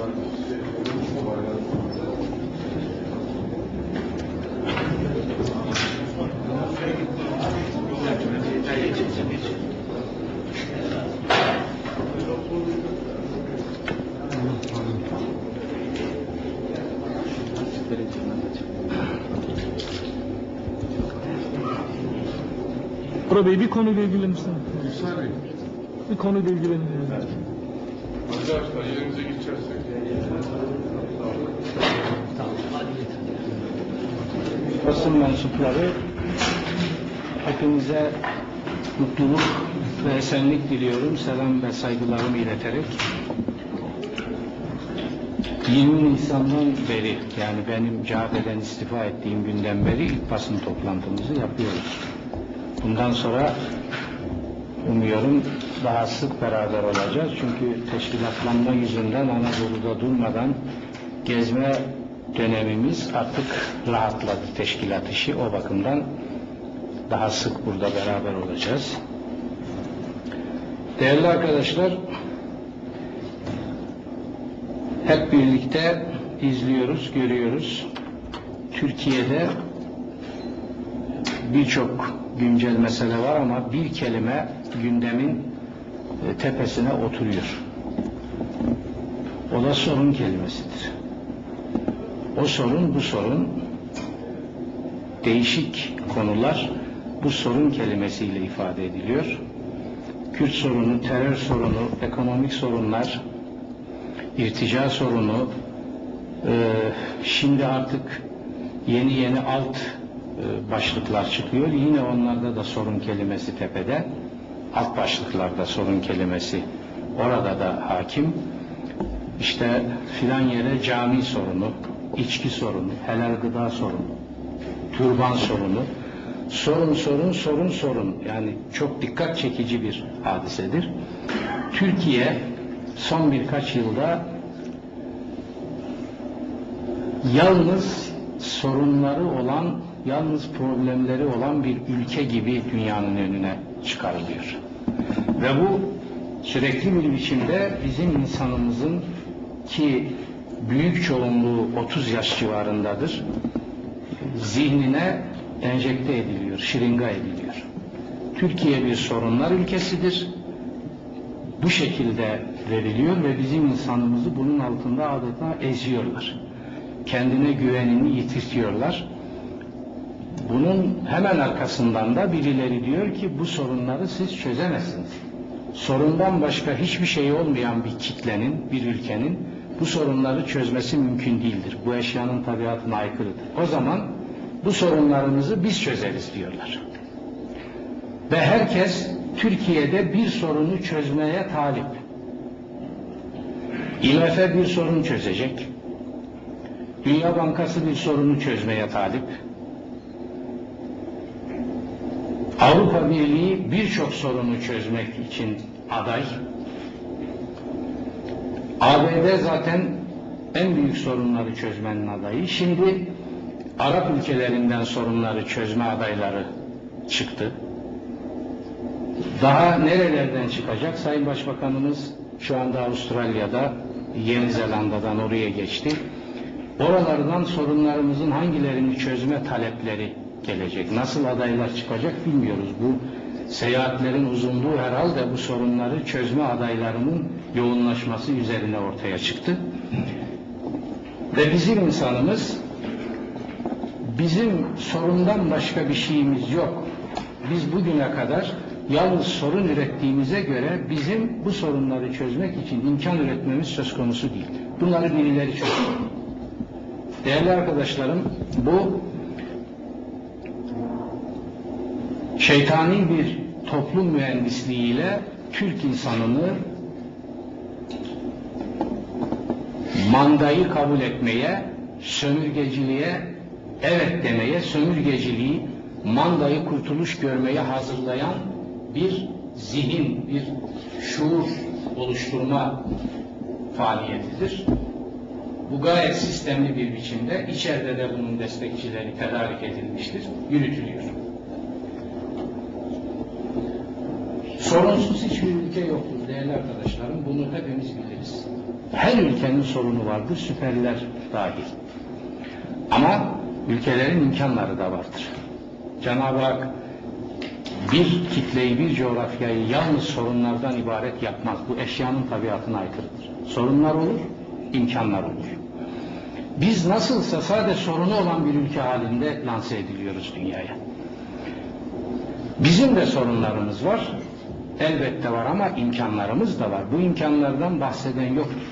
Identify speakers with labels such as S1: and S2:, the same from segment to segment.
S1: Bora Bey, bir konuyla ilgilenirsin. Bir konuyla ilgilenin.
S2: Arkadaşlar yerimize geçersek.
S3: Basın mensupları, hepinize mutluluk ve esenlik diliyorum. Selam ve saygılarımı ileterek. 20 Nisan'dan beri, yani benim CHP'den istifa ettiğim günden beri ilk basın toplantımızı yapıyoruz. Bundan sonra umuyorum daha sık beraber olacağız. Çünkü teşkilatlanma yüzünden Anadolu'da durmadan gezme dönemimiz artık rahatladı, teşkilat işi. O bakımdan daha sık burada beraber olacağız. Değerli arkadaşlar, hep birlikte izliyoruz, görüyoruz. Türkiye'de birçok güncel mesele var ama bir kelime gündemin tepesine oturuyor. O da sorun kelimesidir. O sorun, bu sorun, değişik konular bu sorun kelimesiyle ifade ediliyor. Kürt sorunu, terör sorunu, ekonomik sorunlar, irtica sorunu, şimdi artık yeni alt başlıklar çıkıyor. Yine onlarda da sorun kelimesi tepede. Alt başlıklarda sorun kelimesi orada da hakim. İşte filan yere cami sorunu, içki sorunu, helal gıda sorunu, türban sorunu, sorun. Yani çok dikkat çekici bir hadisedir. Türkiye son birkaç yılda yalnız sorunları olan, yalnız problemleri olan bir ülke gibi dünyanın önüne çıkarılıyor. Ve bu sürekli bir biçimde bizim insanımızın, ki büyük çoğunluğu 30 yaş civarındadır, zihnine enjekte ediliyor, şırınga ediliyor. Türkiye bir sorunlar ülkesidir. Bu şekilde veriliyor ve bizim insanımızı bunun altında adeta eziyorlar. Kendine güvenini yitirtiyorlar. Bunun hemen arkasından da birileri diyor ki bu sorunları siz çözemezsiniz. Sorundan başka hiçbir şey olmayan bir kitlenin, bir ülkenin bu sorunları çözmesi mümkün değildir. Bu eşyanın tabiatına aykırıdır. O zaman bu sorunlarımızı biz çözeriz diyorlar. Ve herkes Türkiye'de bir sorunu çözmeye talip. IMF bir sorun çözecek. Dünya Bankası bir sorunu çözmeye talip. Avrupa Birliği birçok sorunu çözmek için aday. ABD zaten en büyük sorunları çözmenin adayı. Şimdi Arap ülkelerinden sorunları çözme adayları çıktı. Daha nerelerden çıkacak? Sayın Başbakanımız şu anda Avustralya'da, Yeni Zelanda'dan oraya geçti. Oralardan sorunlarımızın hangilerini çözme talepleri gelecek. Nasıl adaylar çıkacak bilmiyoruz. Bu seyahatlerin uzunluğu herhalde bu sorunları çözme adaylarının yoğunlaşması üzerine ortaya çıktı. Ve bizim insanımız, bizim sorundan başka bir şeyimiz yok. Biz bugüne kadar yalnız sorun ürettiğimize göre bizim bu sorunları çözmek için imkan üretmemiz söz konusu değil. Bunları birileri çözüyor. Değerli arkadaşlarım, bu şeytani bir toplum mühendisliğiyle Türk insanını mandayı kabul etmeye, sömürgeciliğe evet demeye, sömürgeciliği, mandayı kurtuluş görmeye hazırlayan bir zihin, bir şuur oluşturma faaliyetidir. Bu gayet sistemli bir biçimde, içeride de bunun destekçileri tedarik edilmiştir, yürütülüyor. Sorunsuz hiçbir ülke yoktur değerli arkadaşlarım. Bunu hepimiz biliriz. Her ülkenin sorunu vardır, süperler dahil. Ama ülkelerin imkanları da vardır. Cenab-ı Hak bir kitleyi, bir coğrafyayı yalnız sorunlardan ibaret yapmaz. Bu eşyanın tabiatına aykırıdır. Sorunlar olur, imkanlar olur. Biz nasılsa sadece sorunu olan bir ülke halinde lanse ediliyoruz dünyaya. Bizim de sorunlarımız var. Elbette var ama imkanlarımız da var. Bu imkanlardan bahseden yoktur.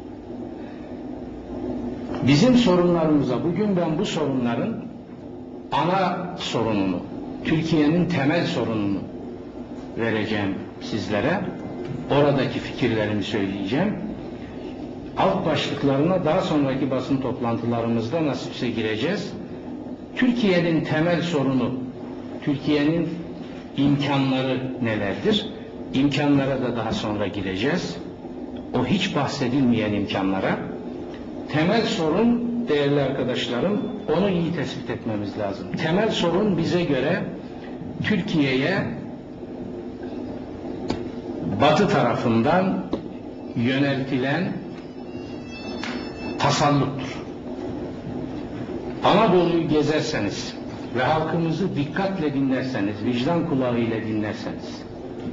S3: Bizim sorunlarımıza bugün ben bu sorunların ana sorununu, Türkiye'nin temel sorununu vereceğim sizlere. Oradaki fikirlerimi söyleyeceğim. Alt başlıklarına daha sonraki basın toplantılarımızda nasipse gireceğiz. Türkiye'nin temel sorunu, Türkiye'nin imkanları nelerdir? İmkanlara da daha sonra gireceğiz. O hiç bahsedilmeyen imkanlara. Temel sorun değerli arkadaşlarım, onu iyi tespit etmemiz lazım. Temel sorun bize göre Türkiye'ye Batı tarafından yöneltilen tasalluttur. Anadolu'yu gezerseniz ve halkımızı dikkatle dinlerseniz, vicdan kulağıyla dinlerseniz,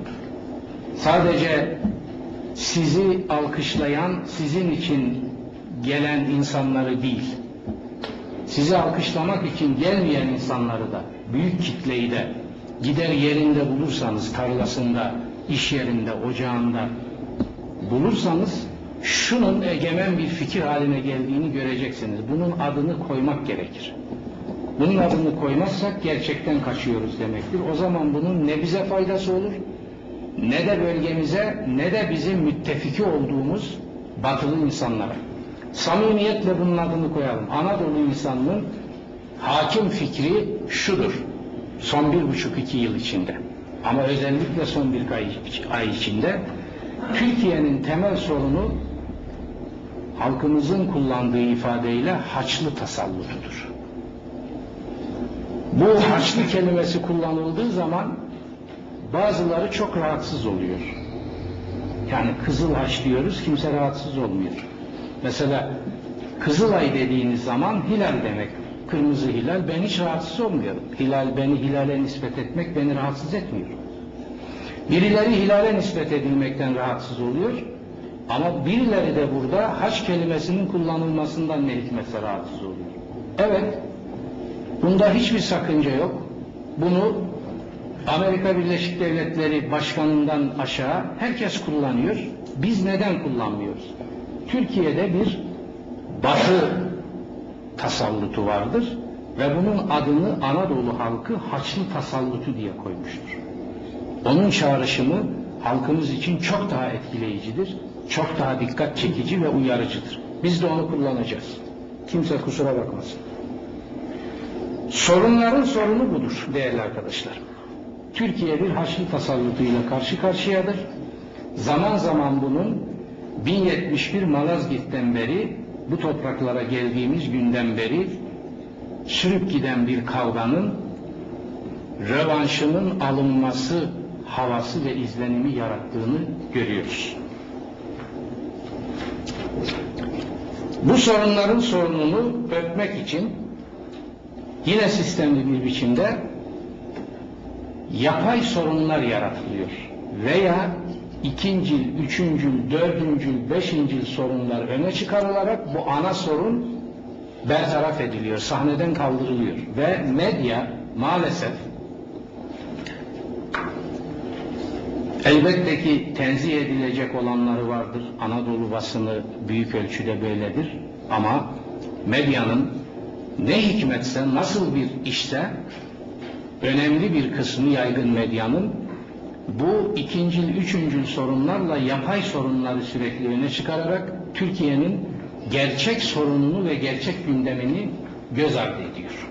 S3: sadece sizi alkışlayan, sizin için gelen insanları değil, sizi alkışlamak için gelmeyen insanları da, büyük kitleyi de gider yerinde bulursanız, tarlasında, iş yerinde, ocağında bulursanız, şunun egemen bir fikir haline geldiğini göreceksiniz. Bunun adını koymak gerekir. Bunun adını koymazsak gerçekten kaçıyoruz demektir. O zaman bunun ne bize faydası olur, ne de bölgemize, ne de bizim müttefiki olduğumuz batılı insanlara. Samimiyetle bunun adını koyalım. Anadolu insanının hakim fikri şudur. Son 1,5-2 yıl içinde. Ama özellikle son bir ay içinde Türkiye'nin temel sorunu halkımızın kullandığı ifadeyle Haçlı tasallutudur. Bu Haçlı kelimesi kullanıldığı zaman bazıları çok rahatsız oluyor. Yani Kızıl Haç diyoruz, kimse rahatsız olmuyor. Mesela Kızılay dediğiniz zaman hilal demek. Kırmızı hilal, ben hiç rahatsız olmuyorum. Beni hilale nispet etmek beni rahatsız etmiyor. Birileri hilale nispet edilmekten rahatsız oluyor. Ama birileri de burada haç kelimesinin kullanılmasından ne hikmetse rahatsız oluyor. Evet, bunda hiçbir sakınca yok. Bunu Amerika Birleşik Devletleri Başkanı'ndan aşağı herkes kullanıyor. Biz neden kullanmıyoruz? Türkiye'de bir Batı tasallutu vardır ve bunun adını Anadolu halkı Haçlı tasallutu diye koymuştur. Onun çağrışımı halkımız için çok daha etkileyicidir, çok daha dikkat çekici ve uyarıcıdır. Biz de onu kullanacağız. Kimse kusura bakmasın. Sorunların sorunu budur değerli arkadaşlar. Türkiye bir Haçlı tasallutuyla karşı karşıyadır. Zaman zaman bunun 1071 Malazgirt'ten beri bu topraklara geldiğimiz günden beri sürüp giden bir kavganın rövanşının alınması havası ve izlenimi yarattığını görüyoruz. Bu sorunların sorununu örtmek için yine sistemli bir biçimde yapay sorunlar yaratılıyor veya ikincil, üçüncül, dördüncül, beşincil sorunlar öne çıkarılarak bu ana sorun bertaraf ediliyor, sahneden kaldırılıyor ve medya maalesef elbette ki tenzih edilecek olanları vardır. Anadolu basını büyük ölçüde böyledir ama medyanın ne hikmetse, nasıl bir işse önemli bir kısmı yaygın medyanın bu ikincil, üçüncül sorunlarla yapay sorunları sürekli öne çıkararak Türkiye'nin gerçek sorununu ve gerçek gündemini göz ardı ediyor.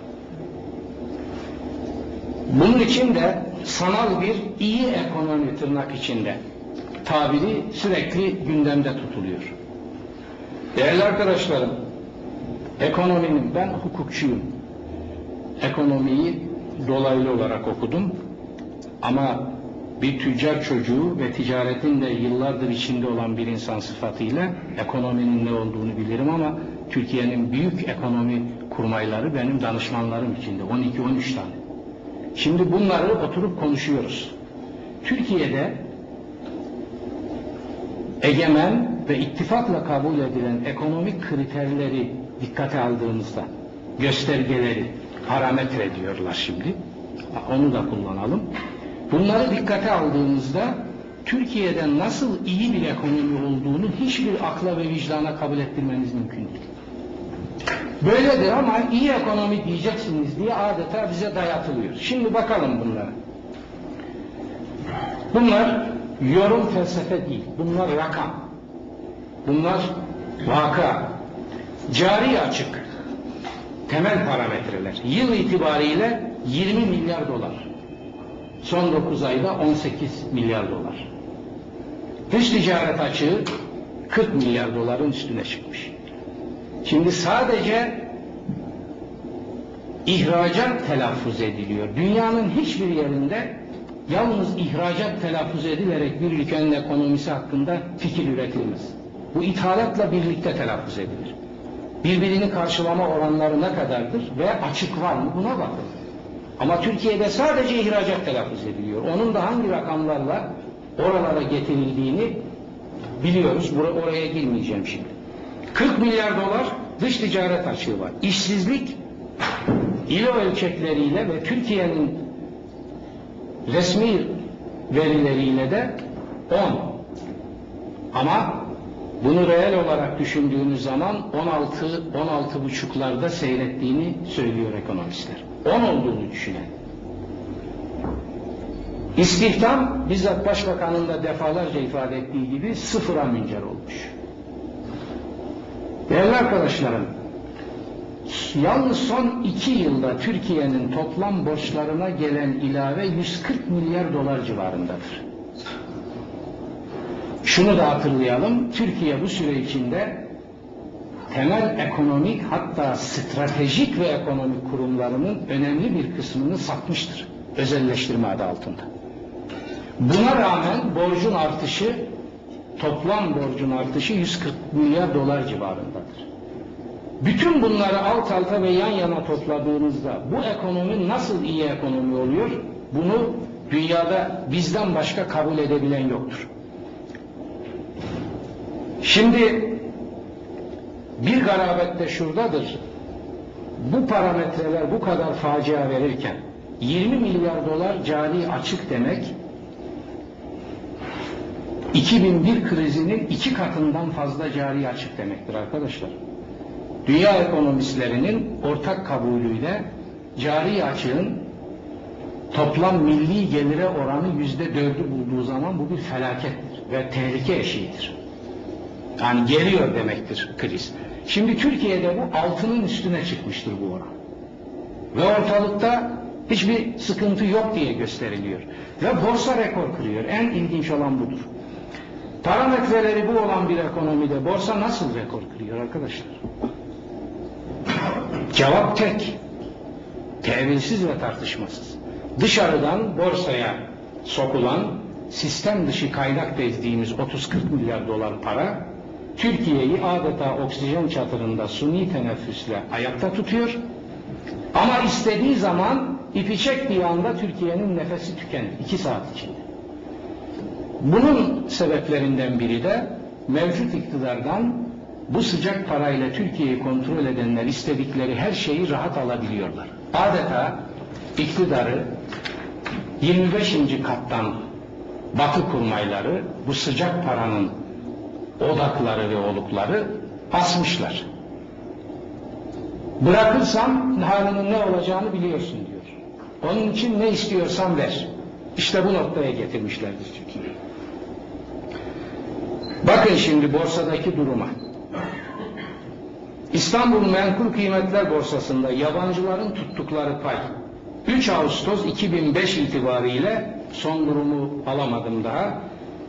S3: Bunun için de sanal bir iyi ekonomi tırnak içinde tabiri sürekli gündemde tutuluyor. Değerli arkadaşlarım, ekonominin, ben hukukçuyum. Ekonomiyi dolaylı olarak okudum ama bir tüccar çocuğu ve ticaretin de yıllardır içinde olan bir insan sıfatıyla ekonominin ne olduğunu bilirim ama Türkiye'nin büyük ekonomi kurmayları benim danışmanlarım içinde 12-13 tane. Şimdi bunları oturup konuşuyoruz. Türkiye'de egemen ve ittifakla kabul edilen ekonomik kriterleri dikkate aldığımızda göstergeleri, parametre diyorlar şimdi. Onu da kullanalım. Bunları dikkate aldığımızda Türkiye'de nasıl iyi bir ekonomi olduğunu hiçbir akla ve vicdana kabul ettirmeniz mümkün değil. Böyledir ama iyi ekonomi diyeceksiniz diye adeta bize dayatılıyor. Şimdi bakalım bunlara. Bunlar yorum, felsefe değil. Bunlar rakam. Bunlar vaka. Cari açık. Temel parametreler. Yıl itibariyle 20 milyar dolar. Son 9 ayda 18 milyar dolar. Dış ticaret açığı 40 milyar doların üstüne çıkmış. Şimdi sadece ihracat telaffuz ediliyor. Dünyanın hiçbir yerinde yalnız ihracat telaffuz edilerek bir ülkenin ekonomisi hakkında fikir üretilmez. Bu ithalatla birlikte telaffuz edilir. Birbirini karşılama oranları ne kadardır ve açık var mı buna bakın. Ama Türkiye'de sadece ihracat telaffuz ediliyor. Onun da hangi rakamlarla oralara getirildiğini biliyoruz. Oraya girmeyeceğim şimdi. 40 milyar dolar dış ticaret açığı var. İşsizlik ILO ölçekleriyle ve Türkiye'nin resmi verileriyle de 10. Ama bunu reel olarak düşündüğünüz zaman 16,5'larda seyrettiğini söylüyor ekonomistler. 10 olduğunu düşünen. İstihdam bizzat Başbakan'ın da defalarca ifade ettiği gibi sıfıra müncer olmuş. Değerli arkadaşlarım, yalnız son 2 yılda Türkiye'nin toplam borçlarına gelen ilave 140 milyar dolar civarındadır. Şunu da hatırlayalım, Türkiye bu süre içinde temel ekonomik hatta stratejik ve ekonomik kurumlarının önemli bir kısmını satmıştır. Özelleştirme adı altında. Buna rağmen borcun artışı, toplam borcun artışı 140 milyar dolar civarındadır. Bütün bunları alt alta ve yan yana topladığınızda bu ekonomi nasıl iyi ekonomi oluyor? Bunu dünyada bizden başka kabul edebilen yoktur. Şimdi bir garabet de şuradadır. Bu parametreler bu kadar facia verirken 20 milyar dolar cari açık demek 2001 krizinin 2 katından fazla cari açık demektir arkadaşlar. Dünya ekonomistlerinin ortak kabulüyle cari açığın toplam milli gelire oranı %4'ü bulduğu zaman bu bir felakettir ve tehlike eşiğidir. Yani geliyor demektir kriz. Şimdi Türkiye'de bu 6'nın üstüne çıkmıştır bu oran. Ve ortalıkta hiçbir sıkıntı yok diye gösteriliyor. Ve borsa rekor kırıyor. En ilginç olan budur. Parametreleri bu olan bir ekonomide borsa nasıl rekor kırıyor arkadaşlar? Cevap tek. Tevilsiz ve tartışmasız. Dışarıdan borsaya sokulan sistem dışı kaynak dediğimiz 30-40 milyar dolar para Türkiye'yi adeta oksijen çadırında suni teneffüsle ayakta tutuyor. Ama istediği zaman ipi çektiği anda Türkiye'nin nefesi tükenir. 2 saat içinde. Bunun sebeplerinden biri de mevcut iktidardan bu sıcak parayla Türkiye'yi kontrol edenler istedikleri her şeyi rahat alabiliyorlar. Adeta iktidarı 25. kattan Batı kurmayları bu sıcak paranın odakları ve olukları asmışlar. Bırakırsam halinin ne olacağını biliyorsun diyor. Onun için ne istiyorsan ver. İşte bu noktaya getirmişlerdir Türkiye'yi. Bakın şimdi borsadaki duruma. İstanbul Menkul Kıymetler Borsası'nda yabancıların tuttukları pay 3 Ağustos 2005 itibariyle son durumu alamadım daha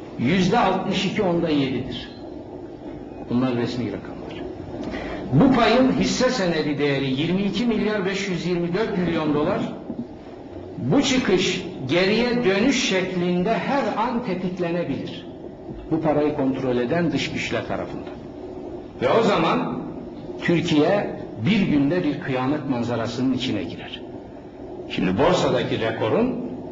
S3: %62.7'dir. Bunlar resmi rakamlar. Bu payın hisse senedi değeri 22 milyar 524 milyon dolar. Bu çıkış geriye dönüş şeklinde her an tetiklenebilir. Bu parayı kontrol eden dış güçler tarafından. Ve o zaman Türkiye bir günde bir kıyamet manzarasının içine girer. Şimdi borsadaki rekorun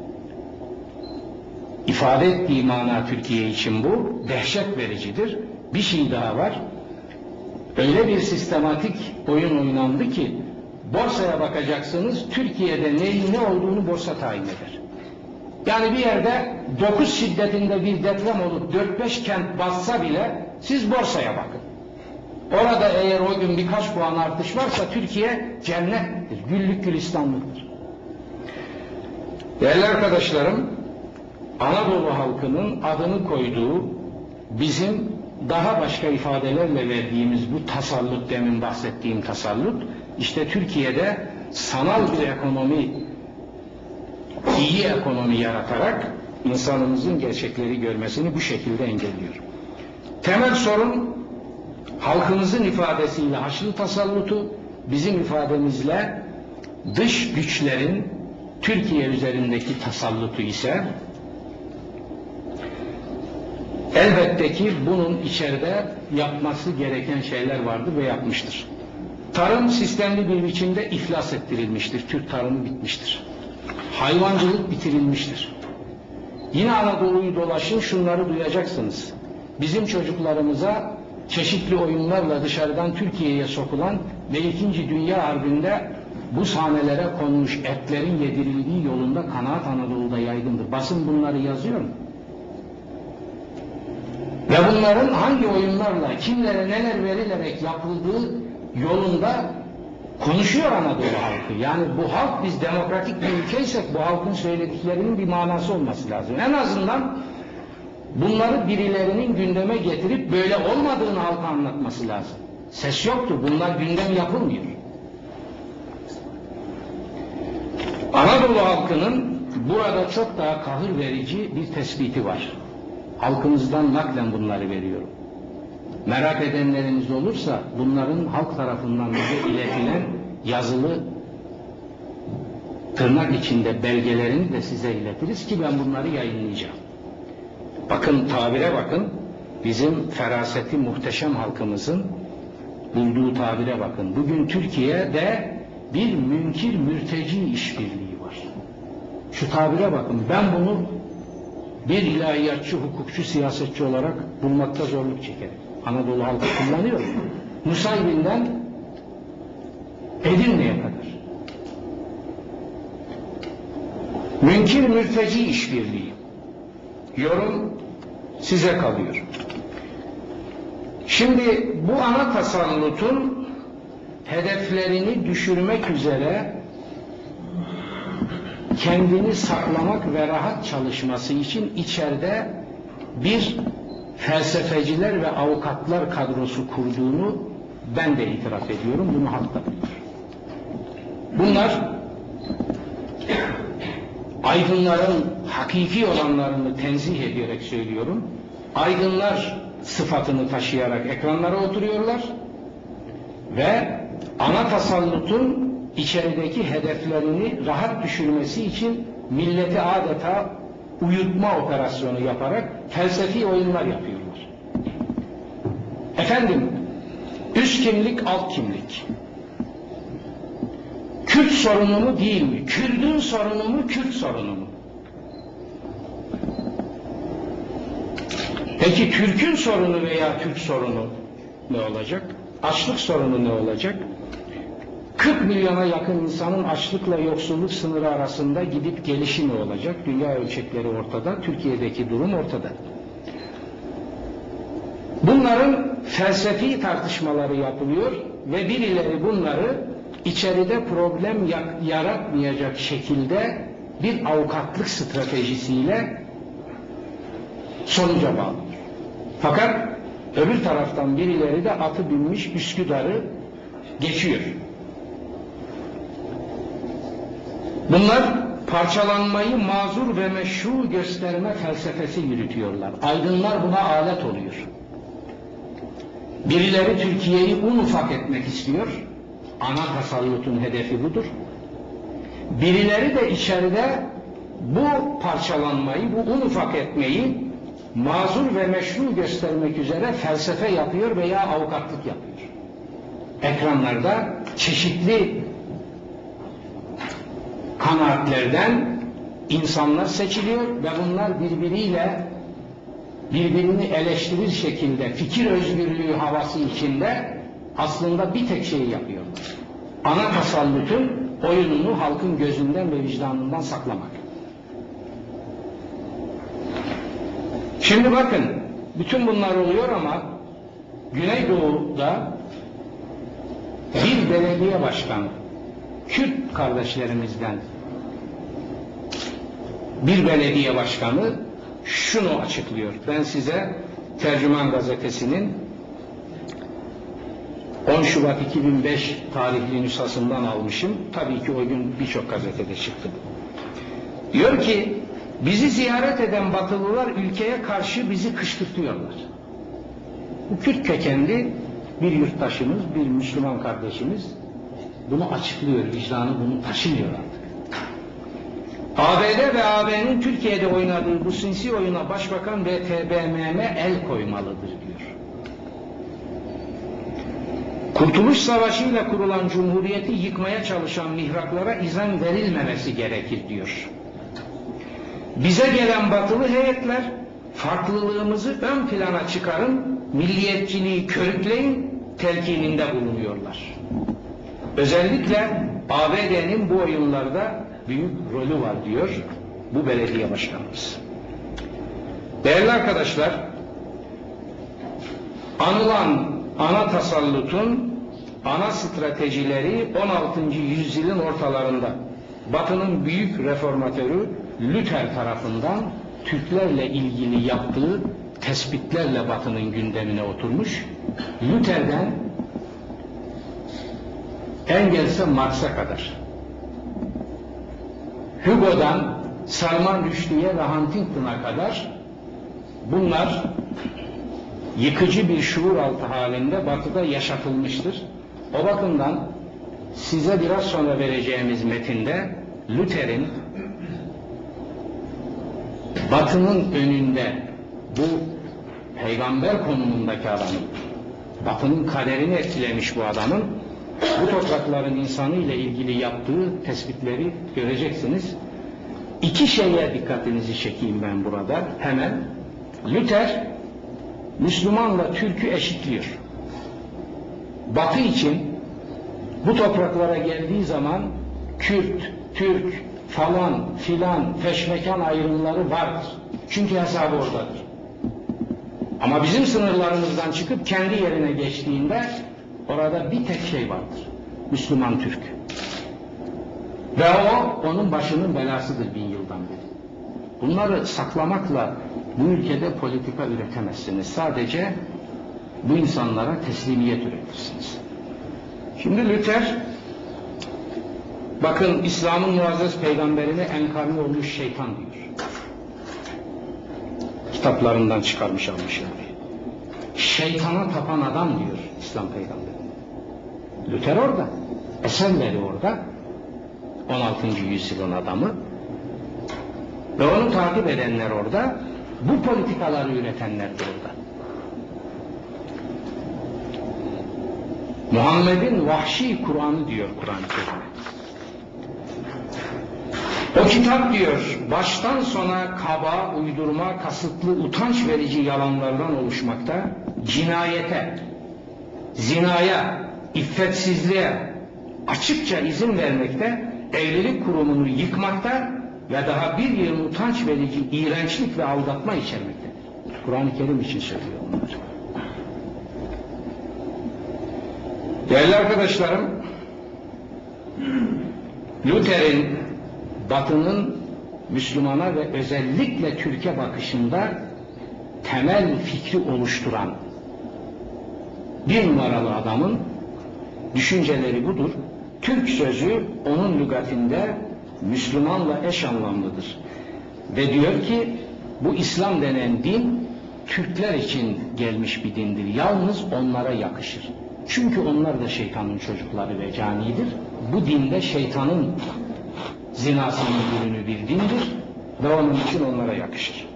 S3: ifade ettiği mana Türkiye için bu dehşet vericidir. Bir şey daha var. Öyle bir sistematik oyun oynandı ki borsaya bakacaksınız, Türkiye'de neyin ne olduğunu borsa tayin eder. Yani bir yerde 9 şiddetinde bir deprem olup 4-5 kent bassa bile siz borsaya bakın. Orada eğer o gün birkaç puan artış varsa Türkiye cennettir, güllük gülistanlıktır. Değerli arkadaşlarım, Anadolu halkının adını koyduğu, bizim daha başka ifadelerle verdiğimiz bu tasallut, demin bahsettiğim tasallut, işte Türkiye'de sanal bir ekonomi, iyi ekonomi yaratarak insanımızın gerçekleri görmesini bu şekilde engelliyor. Temel sorun halkımızın ifadesiyle Haçlı tasallutu, bizim ifademizle dış güçlerin Türkiye üzerindeki tasallutu ise elbette ki bunun içeride yapması gereken şeyler vardır ve yapmıştır. Tarım sistemli bir biçimde iflas ettirilmiştir. Türk tarımı bitmiştir. Hayvancılık bitirilmiştir. Yine Anadolu'yu dolaşın, şunları duyacaksınız. Bizim çocuklarımıza çeşitli oyunlarla dışarıdan Türkiye'ye sokulan ve 2. Dünya Harbi'nde bu sahnelere konmuş etlerin yedirildiği yolunda kanaat Anadolu'da yaygındır. Basın bunları yazıyor mu? Ve bunların hangi oyunlarla, kimlere neler verilerek yapıldığı yolunda konuşuyor Anadolu halkı. Yani bu halk, biz demokratik bir ülkeysek bu halkın söylediklerinin bir manası olması lazım. En azından bunları birilerinin gündeme getirip böyle olmadığını halka anlatması lazım. Ses yoktur, bunlar gündem yapılmıyor. Anadolu halkının burada çok daha kahır verici bir tespiti var. Halkımızdan naklen bunları veriyorum. Merak edenleriniz olursa bunların halk tarafından bize iletilen yazılı tırnak içinde belgelerini de size iletiriz ki ben bunları yayınlayacağım. Bakın, tabire bakın, bizim feraseti muhteşem halkımızın bulduğu tabire bakın. Bugün Türkiye'de bir münkir mürteci işbirliği var. Şu tabire bakın, ben bunu bir ilahiyatçı, hukukçu, siyasetçi olarak bulmakta zorluk çekerim. Anadolu halkı kullanıyor. Nusaybin'den Edirne'ye kadar. Münkir mürteci işbirliği. Yorum size kalıyor. Şimdi bu ana tasallutun hedeflerini düşürmek üzere kendini saklamak ve rahat çalışması için içeride bir felsefeciler ve avukatlar kadrosu kurduğunu ben de itiraf ediyorum. Bunu halk da bilir. Bunlar aydınların hakiki olanlarını tenzih ederek söylüyorum. Aydınlar sıfatını taşıyarak ekranlara oturuyorlar ve ana tasallutun içerideki hedeflerini rahat düşürmesi için milleti adeta uyutma operasyonu yaparak felsefi oyunlar yapıyorlar. Efendim, üst kimlik, alt kimlik. Kürt sorunu mu değil mi? Kürdün sorunu mu, Kürt sorunu mu? Peki Türk'ün sorunu veya Türk sorunu ne olacak? Açlık sorunu ne olacak? 40 milyona yakın insanın açlıkla yoksulluk sınırı arasında gidip gelişi ne olacak? Dünya ölçekleri ortada, Türkiye'deki durum ortada. Bunların felsefi tartışmaları yapılıyor ve birileri bunları içeride problem yaratmayacak şekilde bir avukatlık stratejisiyle sonuca bağlıyor. Fakat öbür taraftan birileri de atı binmiş Üsküdar'ı geçiyor. Bunlar parçalanmayı mazur ve meşru gösterme felsefesi yürütüyorlar. Aydınlar buna alet oluyor. Birileri Türkiye'yi un ufak etmek istiyor. Ana tasallutun hedefi budur. Birileri de içeride bu parçalanmayı, bu un ufak etmeyi mazur ve meşru göstermek üzere felsefe yapıyor veya avukatlık yapıyor. Ekranlarda çeşitli kanaatlerden insanlar seçiliyor ve bunlar birbirini eleştirir şekilde fikir özgürlüğü havası içinde aslında bir tek şeyi yapıyorlar. Ana tasallutun oyununu halkın gözünden ve vicdanından saklamak. Şimdi bakın, bütün bunlar oluyor ama Güneydoğu'da bir belediye başkanı, Kürt kardeşlerimizden bir belediye başkanı şunu açıklıyor. Ben size Tercüman Gazetesi'nin 10 Şubat 2005 tarihli nüshasından almışım. Tabii ki o gün birçok gazetede çıktı. Diyor ki, bizi ziyaret eden Batılılar ülkeye karşı bizi kışkırtıyorlar. Bu Kürt kökenli bir yurttaşımız, bir Müslüman kardeşimiz bunu açıklıyor, vicdanı bunu taşımıyor artık. ABD ve AB'nin Türkiye'de oynadığı bu sinsi oyuna Başbakan ve TBMM el koymalıdır diyor. Kurtuluş Savaşı'yla kurulan Cumhuriyeti yıkmaya çalışan mihraklara izin verilmemesi gerekir diyor. Bize gelen batılı heyetler farklılığımızı ön plana çıkarın, milliyetçiliği körükleyin telkininde bulunuyorlar. Özellikle ABD'nin bu oyunlarda büyük rolü var diyor bu belediye başkanımız. Değerli arkadaşlar, anılan ana tasallutun ana stratejileri 16. yüzyılın ortalarında Batı'nın büyük reformatörü Luther tarafından Türklerle ilgili yaptığı tespitlerle Batı'nın gündemine oturmuş. Luther'den Engels'e Marx'a kadar, Hugo'dan Salman Rushdie'ye ve Huntington'a kadar bunlar yıkıcı bir şuur altı halinde Batı'da yaşatılmıştır. O bakımdan size biraz sonra vereceğimiz metinde Luther'in Batı'nın önünde bu peygamber konumundaki adamın, Batı'nın kaderini etkilemiş bu adamın bu toprakların insanı ile ilgili yaptığı tespitleri göreceksiniz. İki şeye dikkatinizi çekeyim ben burada hemen. Luther Müslümanla Türk'ü eşitliyor. Batı için bu topraklara geldiği zaman Kürt, Türk, falan filan, feşmekan ayrımları vardır. Çünkü hesabı oradadır. Ama bizim sınırlarımızdan çıkıp kendi yerine geçtiğinde orada bir tek şey vardır. Müslüman Türk. Ve o onun başının belasıdır 1000 yıldan beri. Bunları saklamakla bu ülkede politika üretemezsiniz. Sadece bu insanlara teslimiyet üretirsiniz. Şimdi Luther, bakın İslam'ın muazzez peygamberine enkarne olmuş şeytan diyor. Kitaplarından çıkarmış almışlar. Şeytana tapan adam diyor İslam peygamberi. Luther orada. Eserleri orada. 16. yüzyılın adamı. Ve onu takip edenler orada. Bu politikaları üretenler de orada. Muhammed'in vahşi Kur'an'ı diyor Kur'an-ı Kerim'e. O kitap diyor baştan sona kaba, uydurma, kasıtlı, utanç verici yalanlardan oluşmakta, cinayete, zinaya, iffetsizliğe açıkça izin vermekte, evlilik kurumunu yıkmakta ve daha bir yıl utanç verici iğrençlik ve aldatma içermekte. Kur'an-ı Kerim için söylüyor bunlar. Değerli arkadaşlarım, Luther'in Batı'nın Müslümana ve özellikle Türk'e bakışında temel fikri oluşturan bir numaralı adamın düşünceleri budur. Türk sözü onun lügatinde Müslümanla eş anlamlıdır. Ve diyor ki bu İslam denen din Türkler için gelmiş bir dindir. Yalnız onlara yakışır. Çünkü onlar da şeytanın çocukları ve canidir. Bu dinde şeytanın zinasının ürünü bir dindir ve onun için onlara yakışır.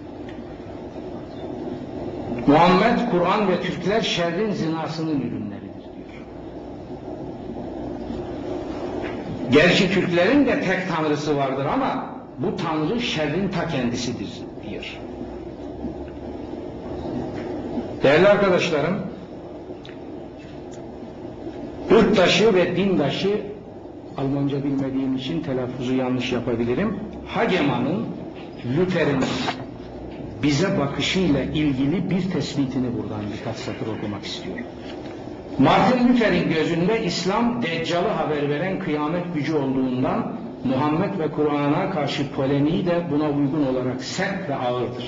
S3: Muhammed, Kur'an ve Türkler şerrin zinasının ürünleridir diyor. Gerçi Türklerin de tek tanrısı vardır ama bu tanrı şerrin ta kendisidir diyor. Değerli arkadaşlarım, ırktaşı ve dindaşı, Almanca bilmediğim için telaffuzu yanlış yapabilirim, Hageman'ın, Luther'in bize bakışıyla ilgili bir tespitini buradan birkaç satır okumak istiyorum. Martin Luther'in gözünde İslam, Deccal'ı haber veren kıyamet gücü olduğundan Muhammed ve Kur'an'a karşı polemiği de buna uygun olarak sert ve ağırdır.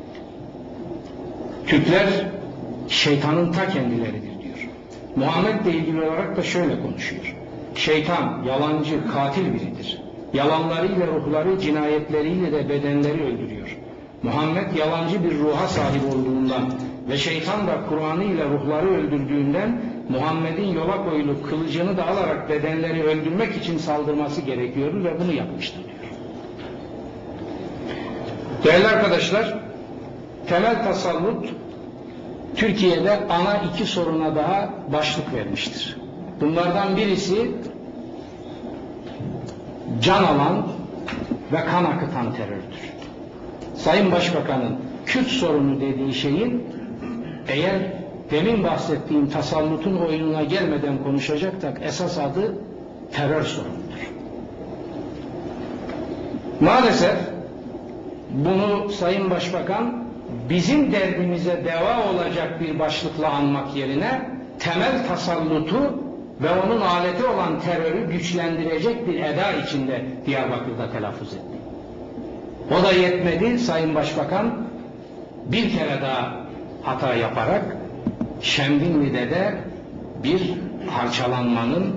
S3: Türkler şeytanın ta kendileridir diyor. Muhammed'le ilgili olarak da şöyle konuşuyor. Şeytan yalancı, katil biridir. Yalanlarıyla ruhları, cinayetleriyle de bedenleri öldürüyor. Muhammed yalancı bir ruha sahip olduğundan ve şeytan da Kur'an'ı ile ruhları öldürdüğünden Muhammed'in yola koyulup kılıcını da alarak bedenleri öldürmek için saldırması gerekiyordu ve bunu yapmıştır diyor. Değerli arkadaşlar, temel tasallut Türkiye'de ana iki soruna daha başlık vermiştir. Bunlardan birisi can alan ve kan akıtan terördür. Sayın Başbakan'ın Kürt sorunu dediği şeyin, eğer demin bahsettiğim tasallutun oyununa gelmeden konuşacaksak, esas adı terör sorunudur. Maalesef bunu Sayın Başbakan bizim derdimize deva olacak bir başlıkla anmak yerine temel tasallutu ve onun aleti olan terörü güçlendirecek bir eda içinde Diyarbakır'da telaffuz etti. O da yetmedi, Sayın Başbakan bir kere daha hata yaparak Şemdinli'de de bir parçalanmanın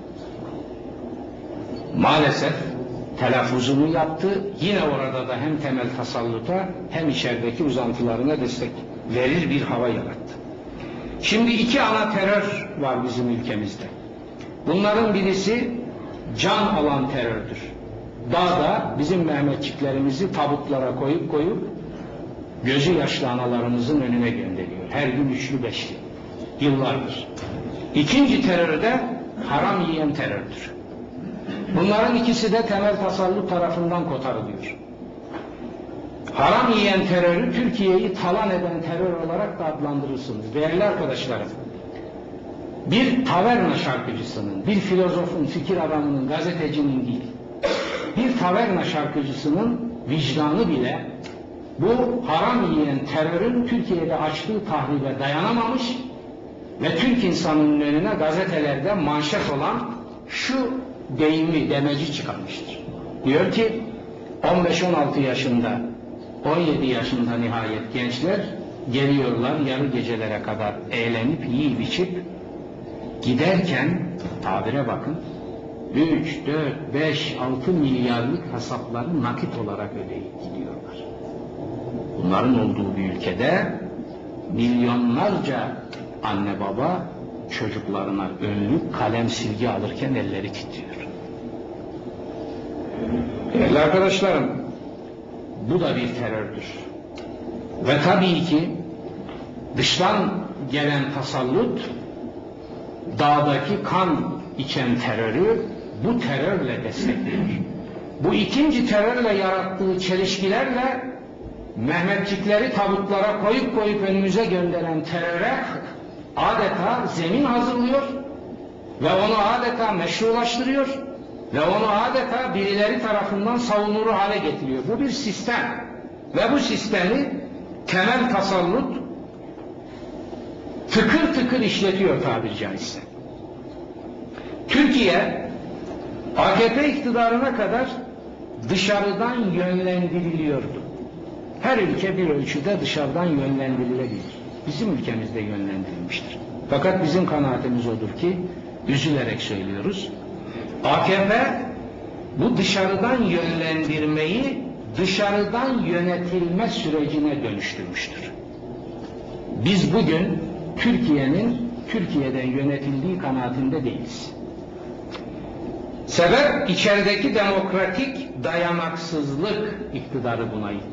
S3: maalesef telaffuzunu yaptı. Yine orada da hem temel tasalluta hem içerideki uzantılarına destek verir bir hava yarattı. Şimdi iki ana terör var bizim ülkemizde. Bunların birisi can alan terördür. Dağda bizim Mehmetçiklerimizi tabutlara koyup gözü yaşlı analarımızın önüne gönderiyor. Her gün üçlü beşli. Yıllardır. İkinci terör de haram yiyen terördür. Bunların ikisi de temel tasallut tarafından kotarılıyor. Haram yiyen terörü Türkiye'yi talan eden terör olarak da adlandırırsınız. Değerli arkadaşlarım, bir taverna şarkıcısının, bir filozofun, fikir adamının, gazetecinin değil, bir taverna şarkıcısının vicdanı bile bu haram yiyen terörün Türkiye'de açtığı tahribe dayanamamış ve Türk insanının önüne gazetelerde manşet olan şu deyimi, demeci çıkarmıştır. Diyor ki 15-16 yaşında, 17 yaşında nihayet gençler geliyorlar yarı gecelere kadar eğlenip yiyip içip giderken, tabire bakın, 3, 4, 5, 6 milyarlık hesapları nakit olarak ödeyip gidiyorlar. Bunların olduğu bir ülkede milyonlarca anne baba çocuklarına önlük, kalem, silgi alırken elleri titriyor. Değerli arkadaşlarım, bu da bir terördür. Ve tabii ki dıştan gelen tasallut, dağdaki kan içen terörü bu terörle destekliyor. Bu ikinci terörle yarattığı çelişkilerle Mehmetçikleri tabutlara koyup önümüze gönderen teröre adeta zemin hazırlıyor ve onu adeta meşrulaştırıyor ve onu adeta birileri tarafından savunulur hale getiriyor. Bu bir sistem ve bu sistemi temel tasallut tıkır tıkır işletiyor tabiri caizse. Türkiye AKP iktidarına kadar dışarıdan yönlendiriliyordu. Her ülke bir ölçüde dışarıdan yönlendirilebilir. Bizim ülkemizde yönlendirilmiştir. Fakat bizim kanaatimiz odur ki, üzülerek söylüyoruz, AKP bu dışarıdan yönlendirmeyi dışarıdan yönetilme sürecine dönüştürmüştür. Biz bugün Türkiye'nin Türkiye'den yönetildiği kanaatinde değiliz. Sebep içerideki demokratik dayanaksızlık iktidarı buna itti.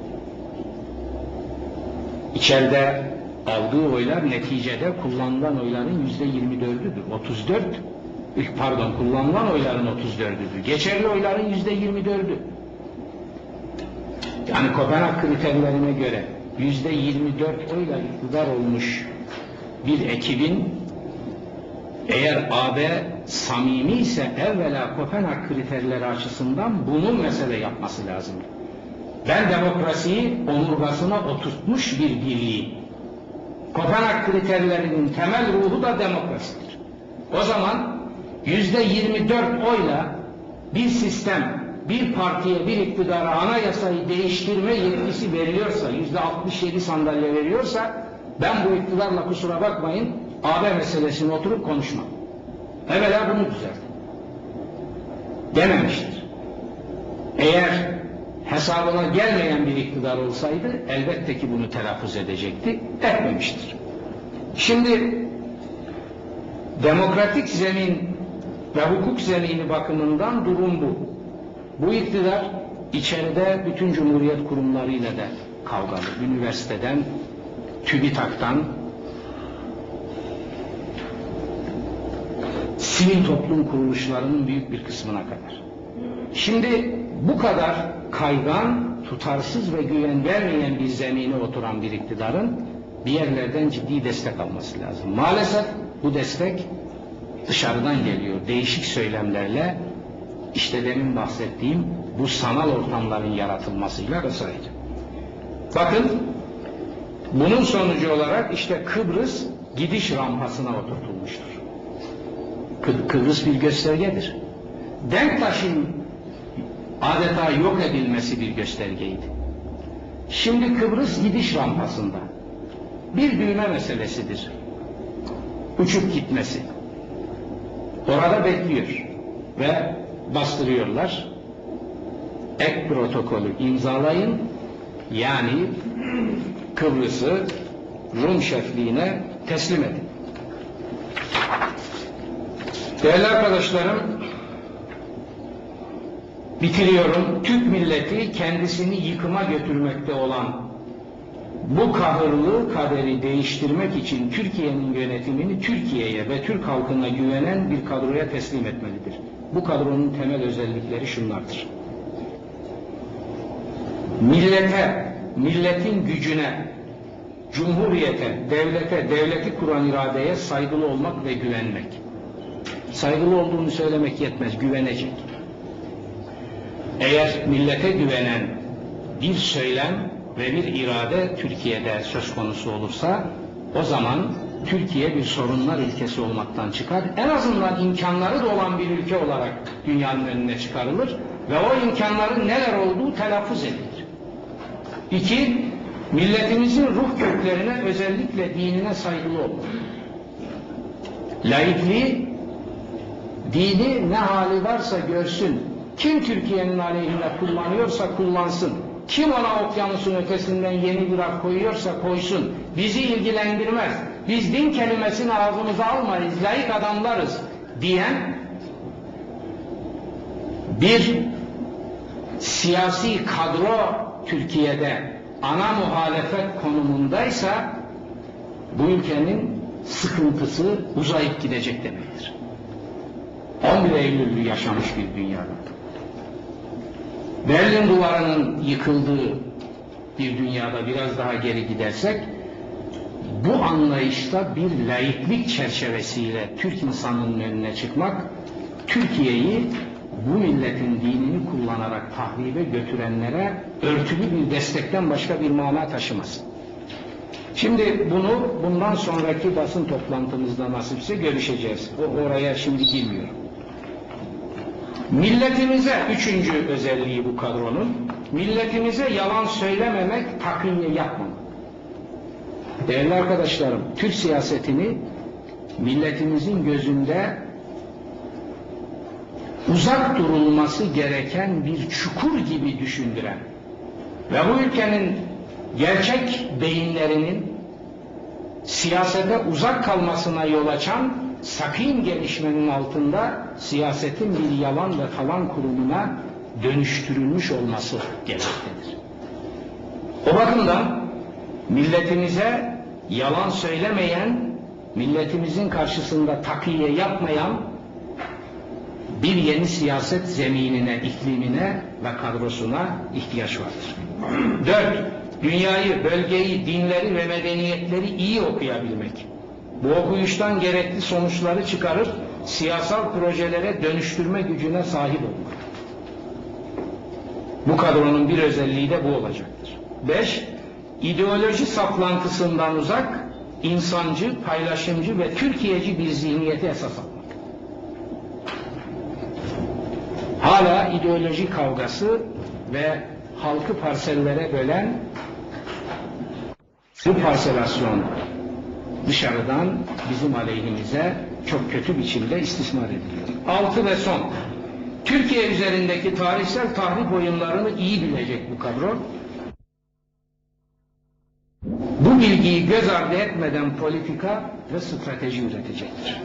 S3: İçeride aldığı oylar neticede kullanılan oyların %24'üdür. 34, kullanılan oyların 34'üdür. Geçerli oyların %24'ü. Yani Kopenhag kriterlerine göre %24 oyla iktidar olmuş bir ekibin eğer AB samimi ise evvela Kopenhag kriterleri açısından bunu mesele yapması lazım. Ben demokrasiyi omurgasına oturtmuş bir birliği. Kopenhag kriterlerinin temel ruhu da demokrasidir. O zaman %24 oyla bir sistem, bir partiye, bir iktidara anayasayı değiştirme yetkisi veriliyorsa, %67 sandalye veriyorsa, ben bu iktidarla kusura bakmayın, AB meselesini oturup konuşmam. Evvela bunu düzeltin. Dememiştir. Eğer hesabına gelmeyen bir iktidar olsaydı, elbette ki bunu telaffuz edecekti, etmemiştir. Şimdi, demokratik zemin ve hukuk zemini bakımından durum bu. Bu iktidar içeride bütün cumhuriyet kurumlarıyla da kavgalı. Üniversiteden, TÜBİTAK'tan, sivil toplum kuruluşlarının büyük bir kısmına kadar. Şimdi bu kadar kaygan, tutarsız ve güven vermeyen bir zemine oturan bir iktidarın bir yerlerden ciddi destek alması lazım. Maalesef bu destek dışarıdan geliyor. Değişik söylemlerle, işte demin bahsettiğim bu sanal ortamların yaratılmasıyla vesaire. Bakın, bunun sonucu olarak işte Kıbrıs gidiş rampasına oturtulmuştur. Kıbrıs bir göstergedir. Denktaş'ın adeta yok edilmesi bir göstergeydi. Şimdi Kıbrıs gidiş rampasında bir düğme meselesidir. Uçup gitmesi. Orada bekliyor ve bastırıyorlar. Ek protokolü imzalayın, yani Kıbrıs'ı Rum şefliğine teslim edin. Değerli arkadaşlarım, bitiriyorum. Türk milleti kendisini yıkıma götürmekte olan bu kahırlı kaderi değiştirmek için Türkiye'nin yönetimini Türkiye'ye ve Türk halkına güvenen bir kadroya teslim etmelidir. Bu kadronun temel özellikleri şunlardır. Millete, milletin gücüne, cumhuriyete, devlete, devleti kuran iradeye saygılı olmak ve güvenmek. Saygılı olduğunu söylemek yetmez, güvenecek. Eğer millete güvenen bir söylem ve bir irade Türkiye'de söz konusu olursa, o zaman Türkiye bir sorunlar ülkesi olmaktan çıkar. En azından imkanları da olan bir ülke olarak dünyanın önüne çıkarılır ve o imkanların neler olduğu telaffuz edilir. 2. Milletimizin ruh köklerine, özellikle dinine saygılı olmak. Laikliği, dini ne hali varsa görsün. Kim Türkiye'nin aleyhinde kullanıyorsa kullansın. Kim ona okyanusun ötesinden yeni bir harf koyuyorsa koysun. Bizi ilgilendirmez. Biz din kelimesini ağzımıza almayız. Laik adamlarız diyen bir siyasi kadro Türkiye'de ana muhalefet konumundaysa bu ülkenin sıkıntısı uzayıp gidecek demektir. 11 Eylül'ü yaşamış bir dünyada. Berlin Duvarı'nın yıkıldığı bir dünyada biraz daha geri gidersek, bu anlayışta bir laiklik çerçevesiyle Türk insanının önüne çıkmak, Türkiye'yi bu milletin dinini kullanarak tahribe götürenlere örtülü bir destekten başka bir mana taşımaz. Şimdi bunu bundan sonraki basın toplantımızda nasipse görüşeceğiz. Oraya şimdi girmiyorum. Milletimize, 3. özelliği bu kadronun, milletimize yalan söylememek, takviye yapmamak. Değerli arkadaşlarım, Türk siyasetini milletimizin gözünde uzak durulması gereken bir çukur gibi düşündüren ve bu ülkenin gerçek beyinlerinin siyasete uzak kalmasına yol açan sakın gelişmenin altında siyasetin bir yalan ve talan kurumuna dönüştürülmüş olması gereklidir. O bakımdan milletimize yalan söylemeyen, milletimizin karşısında takiye yapmayan bir yeni siyaset zeminine, iklimine ve kadrosuna ihtiyaç vardır. 4. Dünyayı, bölgeyi, dinleri ve medeniyetleri iyi okuyabilmek. Bu okuyuştan gerekli sonuçları çıkarıp siyasal projelere dönüştürme gücüne sahip olmak. Bu kadronun bir özelliği de bu olacaktır. 5. İdeoloji saplantısından uzak, insancı, paylaşımcı ve Türkiye'ci bir zihniyeti esas almak. Hala ideoloji kavgası ve halkı parsellere bölen bu parselasyon dışarıdan bizim aleyhimize çok kötü biçimde istismar ediliyor. 6 ve son. Türkiye üzerindeki tarihsel tahrip oyunlarını iyi bilecek bu kadro. Bu bilgiyi göz ardı etmeden politika ve strateji üretecektir.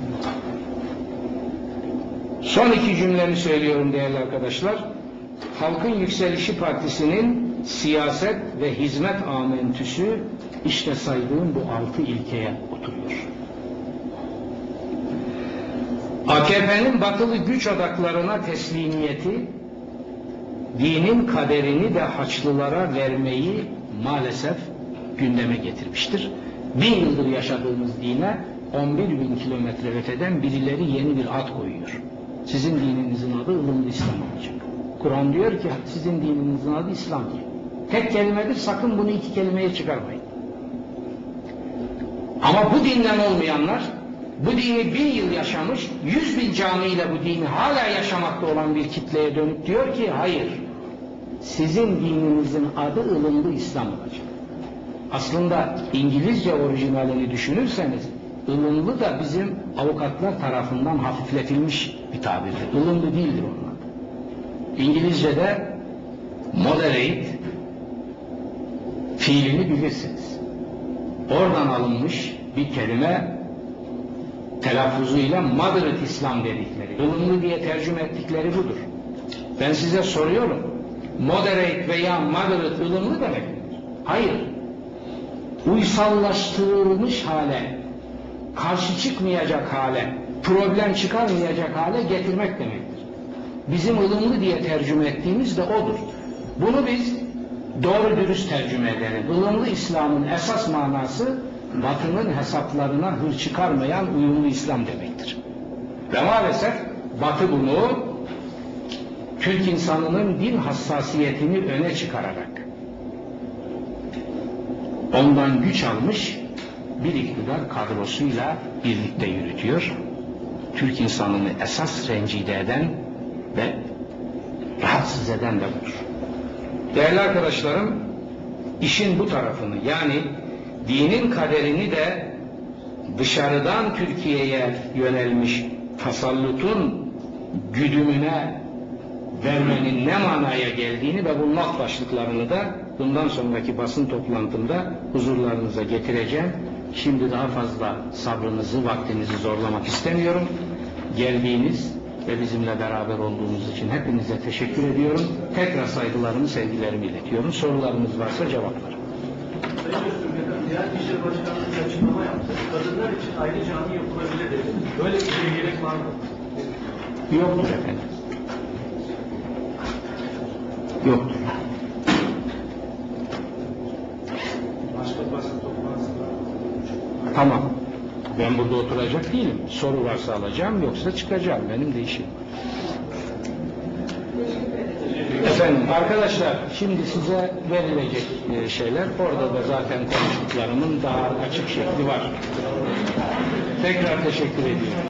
S3: Son 2 cümlemi söylüyorum değerli arkadaşlar. Halkın Yükselişi Partisi'nin siyaset ve hizmet amentüsü işte saydığım bu 6 ilkeye oturuyor. AKP'nin batılı güç odaklarına teslimiyeti, dinin kaderini de Haçlılara vermeyi maalesef gündeme getirmiştir. 1000 yıldır yaşadığımız dine 11.000 kilometre öteden birileri yeni bir ad koyuyor. Sizin dininizin adı ılımlı İslam olacak. Kur'an diyor ki sizin dininizin adı İslam diye. Tek kelimedir, sakın bunu 2 kelimeye çıkarmayın. Ama bu dinden olmayanlar, bu dini 1000 yıl yaşamış, 100.000 camiyle bu dini hala yaşamakta olan bir kitleye dönüp diyor ki hayır, sizin dininizin adı ılımlı İslam olacak. Aslında İngilizce orijinalini düşünürseniz, ılımlı da bizim avukatlar tarafından hafifletilmiş bir tabirdir. Ilımlı değildir onlar. İngilizce'de moderate fiilini bilirsiniz. Oradan alınmış bir kelime telaffuzuyla moderate İslam dedikleri, ılımlı diye tercüme ettikleri budur. Ben size soruyorum, moderate veya moderate ılımlı demek midir? Hayır. Uysallaştırılmış hale, karşı çıkmayacak hale, problem çıkarmayacak hale getirmek demektir. Bizim ılımlı diye tercüme ettiğimiz de odur. Bunu biz doğru dürüst tercüme edelim. Ilımlı İslam'ın esas manası Batı'nın hesaplarına hır çıkarmayan uyumlu İslam demektir. Ve maalesef Batı bunu Türk insanının din hassasiyetini öne çıkararak ondan güç almış bir iktidar kadrosuyla birlikte yürütüyor. Türk insanını esas rencide eden ve rahatsız eden de budur. Değerli arkadaşlarım, işin bu tarafını, yani dinin kaderini de dışarıdan Türkiye'ye yönelmiş tasallutun güdümüne vermenin ne manaya geldiğini ve bu not başlıklarını da bundan sonraki basın toplantımda huzurlarınıza getireceğim. Şimdi daha fazla sabrınızı, vaktinizi zorlamak istemiyorum. Geldiğiniz ve bizimle beraber olduğunuz için hepinize teşekkür ediyorum. Tekrar saygılarımı, sevgilerimi iletiyorum. Sorularınız varsa cevaplarım.
S4: Sayın Öztürk'ten Diyanet İşleri Başkanlığı bir açıklama yaptı. Kadınlar için ayrı cami yapılabilir dedi. Böyle bir şeye gerek var mı?
S3: Yoktur efendim. Yoktur.
S4: Başka basın toplantısında.
S3: Tamam. Ben burada oturacak değilim. Soru varsa alacağım, yoksa çıkacağım. Benim de işim var. Efendim, arkadaşlar, şimdi size verilecek şeyler, orada da zaten konuştuklarımın daha açık şekli var. Tekrar teşekkür ediyorum.